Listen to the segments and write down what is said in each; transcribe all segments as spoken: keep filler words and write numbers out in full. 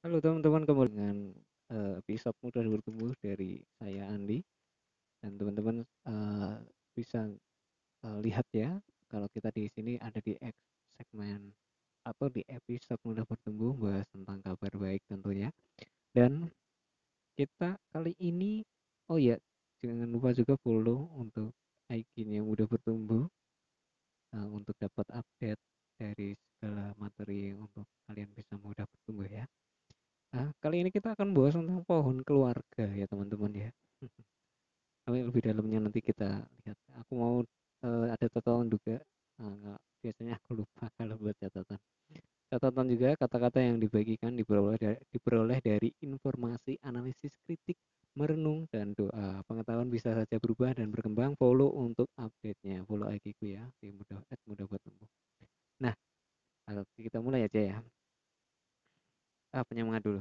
Halo teman-teman, kembali dengan eh, episode Mudah Bertumbuh dari saya Andi dan teman-teman eh, bisa eh, lihat ya kalau kita di sini ada di X segmen atau di episode Mudah Bertumbuh bahas tentang kabar baik tentunya. Dan kita kali ini, oh ya, jangan lupa juga follow untuk I G-nya Mudah Bertumbuh eh, untuk dapat update dari segala materi untuk kalian bisa mudah bertumbuh ya. Nah, kali ini kita akan bahas tentang pohon keluarga ya teman-teman ya. Tapi lebih dalamnya nanti kita lihat. Aku mau eh, ada catatan juga. Nah, nggak- biasanya aku lupa kalau buat catatan. Catatan juga kata-kata yang dibagikan diperoleh dari, diperoleh dari informasi, analisis, kritik, merenung dan doa. Pengetahuan bisa saja berubah dan berkembang. Follow untuk update-nya. Follow I G ku ya di mudah at mudah buat tumbuh. Nah, kita mulai aja ya. Ah, penyemangat dulu.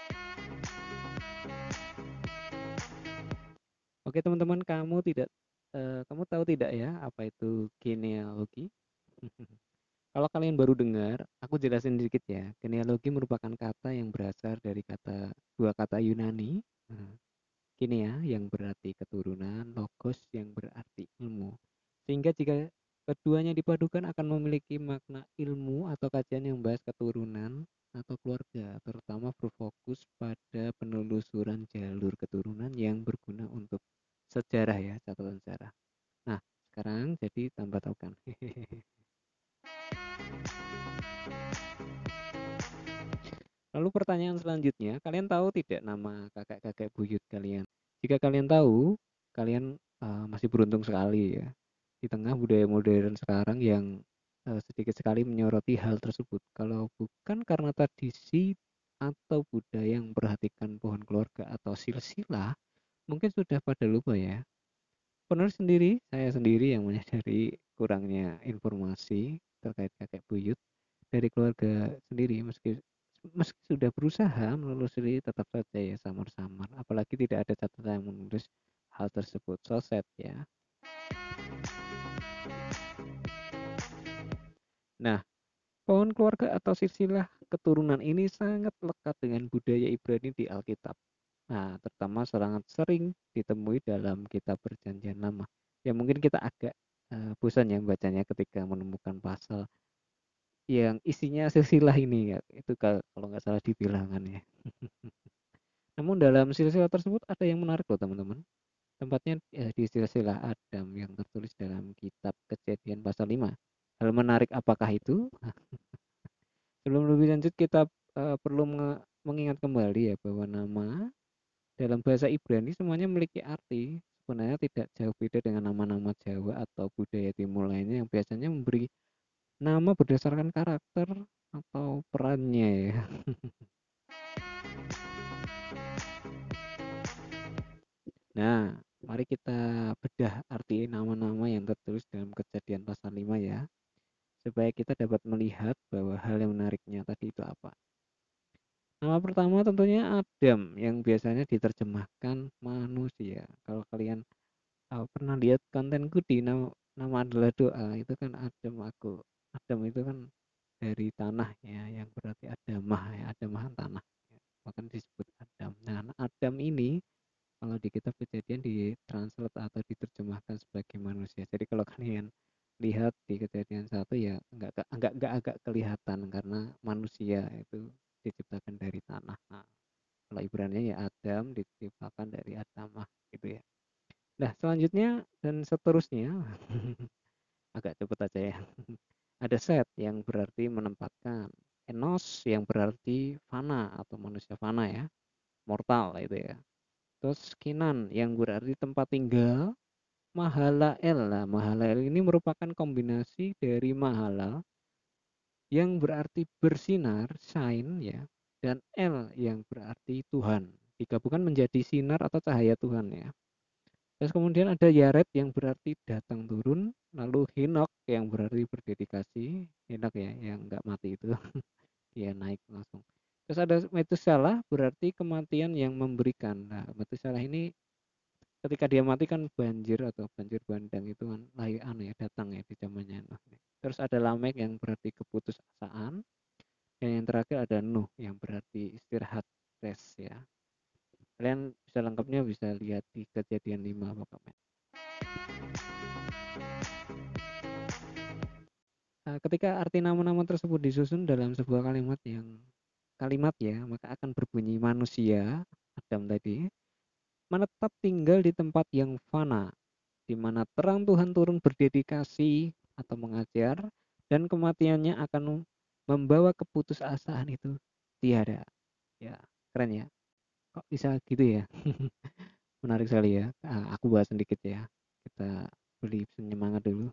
Oke teman-teman, kamu tidak eh, kamu tahu tidak ya apa itu genealogi? Kalau kalian baru dengar, aku jelasin sedikit ya. Genealogi merupakan kata yang berasal dari kata dua kata Yunani, nah, kinea yang berarti keturunan, logos yang berarti ilmu. Sehingga jika keduanya dipadukan akan memiliki makna ilmu atau kajian yang membahas keturunan atau keluarga, terutama berfokus pada penelusuran jalur keturunan yang berguna untuk sejarah ya, catatan sejarah. Nah, sekarang jadi tambah tahu kan. Lalu pertanyaan selanjutnya, kalian tahu tidak nama kakek-kakek buyut kalian? Jika kalian tahu, kalian uh, masih beruntung sekali ya. Di tengah budaya modern sekarang yang uh, sedikit sekali menyoroti hal tersebut. Kalau bukan karena tradisi atau budaya yang memperhatikan pohon keluarga atau silsilah, mungkin sudah pada lupa ya. Penulis sendiri, saya sendiri yang menyadari kurangnya informasi terkait kakek buyut dari keluarga sendiri meski meski sudah berusaha menelusuri tetap saja ya samar-samar, apalagi tidak ada catatan yang menulis hal tersebut. So sad ya. Nah, pohon keluarga atau silsilah keturunan ini sangat lekat dengan budaya Ibrani di Alkitab. Nah, terutama sangat sering ditemui dalam kitab perjanjian lama. Ya mungkin kita agak uh, bosan ya bacanya ketika menemukan pasal yang isinya silsilah ini ya. Itu kalau nggak salah di bilangan ya. Namun dalam silsilah tersebut ada yang menarik loh teman-teman. Tempatnya eh, di silsilah Adam yang tertulis dalam kitab Kejadian pasal lima. Hal menarik apakah itu? Sebelum lebih lanjut kita eh, perlu mengingat kembali ya bahwa nama dalam bahasa Ibrani semuanya memiliki arti. Sebenarnya tidak jauh beda dengan nama-nama Jawa atau budaya timur lainnya yang biasanya memberi nama berdasarkan karakter atau perannya ya. Nah, mari kita bedah arti nama-nama yang tertulis dalam Kejadian pasal lima ya, supaya kita dapat melihat bahwa hal yang menariknya tadi itu apa. Nama pertama tentunya Adam yang biasanya diterjemahkan manusia. Kalau kalian uh, pernah lihat kontenku di nama, nama adalah doa, itu kan Adam aku. Adam itu kan dari tanah ya, yang berarti Adamah ya, Adamah tanah. Ya. Bahkan disebut Adam. Nah, Adam ini kalau di kitab kejadian ditranslate atau diterjemahkan sebagai manusia. Jadi kalau kalian lihat di kejadian satu ya enggak enggak enggak agak kelihatan karena manusia itu diciptakan dari tanah. Nah, kalau Ibrani ya Adam diciptakan dari Adamah gitu ya. Nah, selanjutnya dan seterusnya agak cepet aja ya. Ada Set yang berarti menempatkan, Enos yang berarti fana atau manusia fana ya, mortal itu ya. Terus Kinan yang berarti tempat tinggal, Mahalael. Nah, Mahalael ini merupakan kombinasi dari Mahala yang berarti bersinar, shine ya, dan El yang berarti Tuhan. Digabungkan menjadi sinar atau cahaya Tuhan ya. Terus kemudian ada Yaret yang berarti datang turun, lalu Hinok yang berarti berdedikasi, Hinok ya yang nggak mati itu, dia naik langsung. Terus ada Metusalah berarti kematian yang memberikan. Nah, Metusalah ini ketika dia mati kan banjir atau banjir bandang itu kan layu ya datang ya di zamannya Nuh. Terus ada Lamek yang berarti keputusasaan, Dan yang terakhir ada Nuh yang berarti istirahat, rest ya. Kalian bisa lengkapnya bisa lihat di Kejadian lima pokoknya. Nah, ketika arti nama-nama tersebut disusun dalam sebuah kalimat yang kalimat ya, maka akan berbunyi manusia, Adam tadi, menetap tinggal di tempat yang fana, di mana terang Tuhan turun berdedikasi atau mengajar, dan kematiannya akan membawa keputusasaan itu tiada. Ya, keren ya. Kok bisa gitu ya? Menarik sekali ya. Ah, aku bahas sedikit ya. Kita beli penyemangat dulu.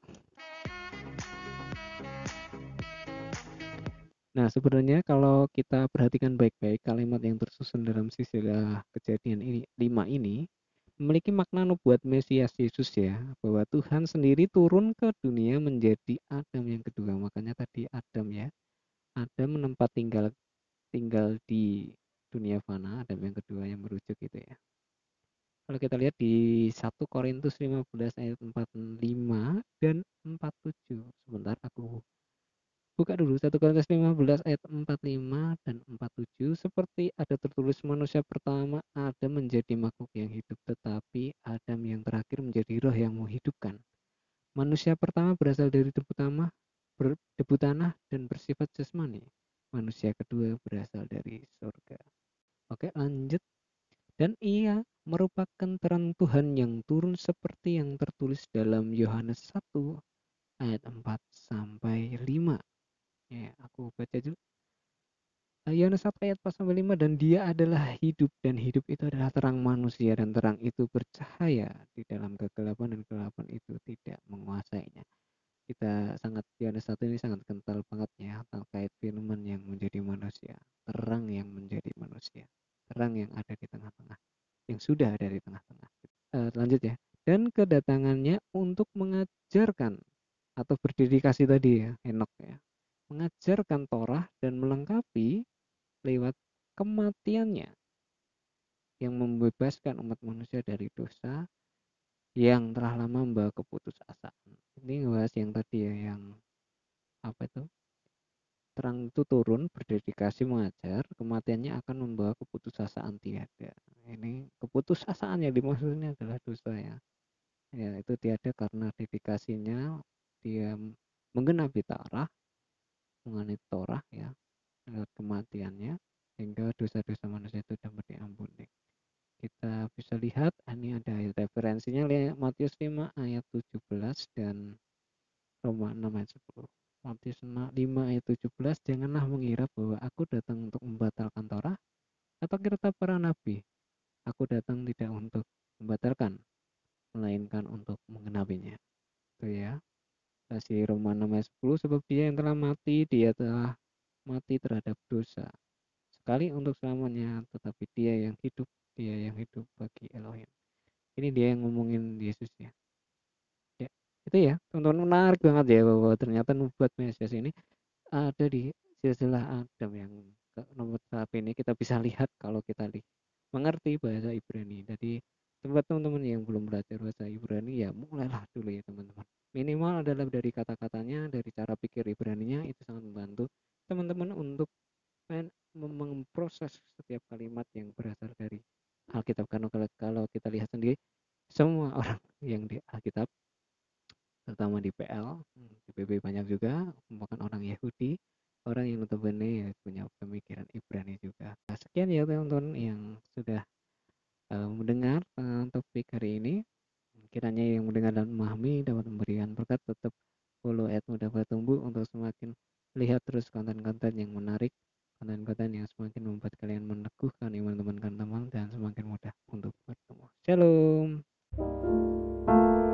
Nah, sebenarnya kalau kita perhatikan baik-baik kalimat yang tersusun dalam silsilah Kejadian ini lima ini memiliki makna nubuat Mesias Yesus ya, bahwa Tuhan sendiri turun ke dunia menjadi Adam yang kedua. Makanya tadi Adam ya. Adam menempat tinggal tinggal di dunia fana, Adam yang kedua yang merujuk gitu ya. Kalau kita lihat di satu Korintus lima belas ayat empat puluh lima dan empat puluh tujuh. Sebentar aku buka dulu satu Korintus lima belas ayat empat puluh lima dan empat puluh tujuh. Seperti ada tertulis manusia pertama Adam menjadi makhluk yang hidup, tetapi Adam yang terakhir menjadi roh yang menghidupkan. Manusia pertama berasal dari debu tanah, debu tanah dan bersifat jasmani. Manusia kedua berasal dari surga. Oke, lanjut. Dan ia merupakan terang Tuhan yang turun seperti yang tertulis dalam Yohanes satu ayat empat sampai lima. Ya, aku baca dulu. Yohanes satu ayat empat sampai lima, dan dia adalah hidup, dan hidup itu adalah terang manusia, dan terang itu bercahaya di dalam kegelapan, dan kegelapan itu tidak menguasainya. Kita sangat, Yohanes satu ini sangat kental banget ya terkait firman yang menjadi manusia, terang yang menjadi manusia, terang yang ada di tengah-tengah, yang sudah ada di tengah-tengah. Uh, lanjut ya. Dan kedatangannya untuk mengajarkan atau berdedikasi tadi ya, Henok ya, mengajarkan Torah dan melengkapi lewat kematiannya yang membebaskan umat manusia dari dosa yang telah lama membawa keputusasaan. Ini bahas yang tadi ya, yang apa itu? Terang itu turun berdedikasi mengajar, kematiannya akan membawa keputusasaan tiada. Ini keputusasaan yang dimaksudnya adalah dosa ya. Ya, itu tiada karena dedikasinya dia menggenapi Torah, mengenai Torah ya, lewat kematiannya sehingga dosa-dosa manusia itu dapat diampuni. Kita bisa lihat ini ada referensinya, Matius lima ayat tujuh belas dan Roma enam ayat sepuluh. Matius lima ayat tujuh belas, janganlah mengira bahwa aku datang untuk membatalkan Torah atau kitab para nabi. Aku datang tidak untuk membatalkan, melainkan untuk menggenapinya. Itu ya. Kasih Roma enam ayat sepuluh, sebab dia yang telah mati, dia telah mati terhadap dosa sekali untuk selamanya, tetapi dia yang hidup, dia yang hidup bagi Elohim. Ini dia yang ngomongin Yesus ya. Ya, itu ya, teman-teman, menarik banget ya bahwa ternyata nubuat Mesias ini ada di silsilah Adam yang nomor satu ini. Kita bisa lihat kalau kita lihat mengerti bahasa Ibrani. Jadi buat teman-teman yang belum belajar bahasa Ibrani ya mulailah dulu ya teman-teman. Minimal adalah dari kata-katanya, dari cara pikir Ibraninya, itu sangat membantu teman-teman untuk memproses setiap kalimat yang berasal dari Alkitab. Karena kalau kita lihat sendiri, semua orang yang di Alkitab, terutama di P L, di P B banyak juga, merupakan orang Yahudi, orang yang notabene ya punya pemikiran Ibrani juga. Nah, sekian ya teman-teman yang sudah uh, mendengar uh, topik hari ini. Kiranya yang mendengar dan memahami dapat memberikan berkat. Tetap follow at Mudah Bertumbuh untuk semakin lihat terus konten-konten yang menarik, konten-konten yang semakin membuat kalian meneguhkan iman teman-teman dan semakin mudah untuk bertumbuh. Shalom.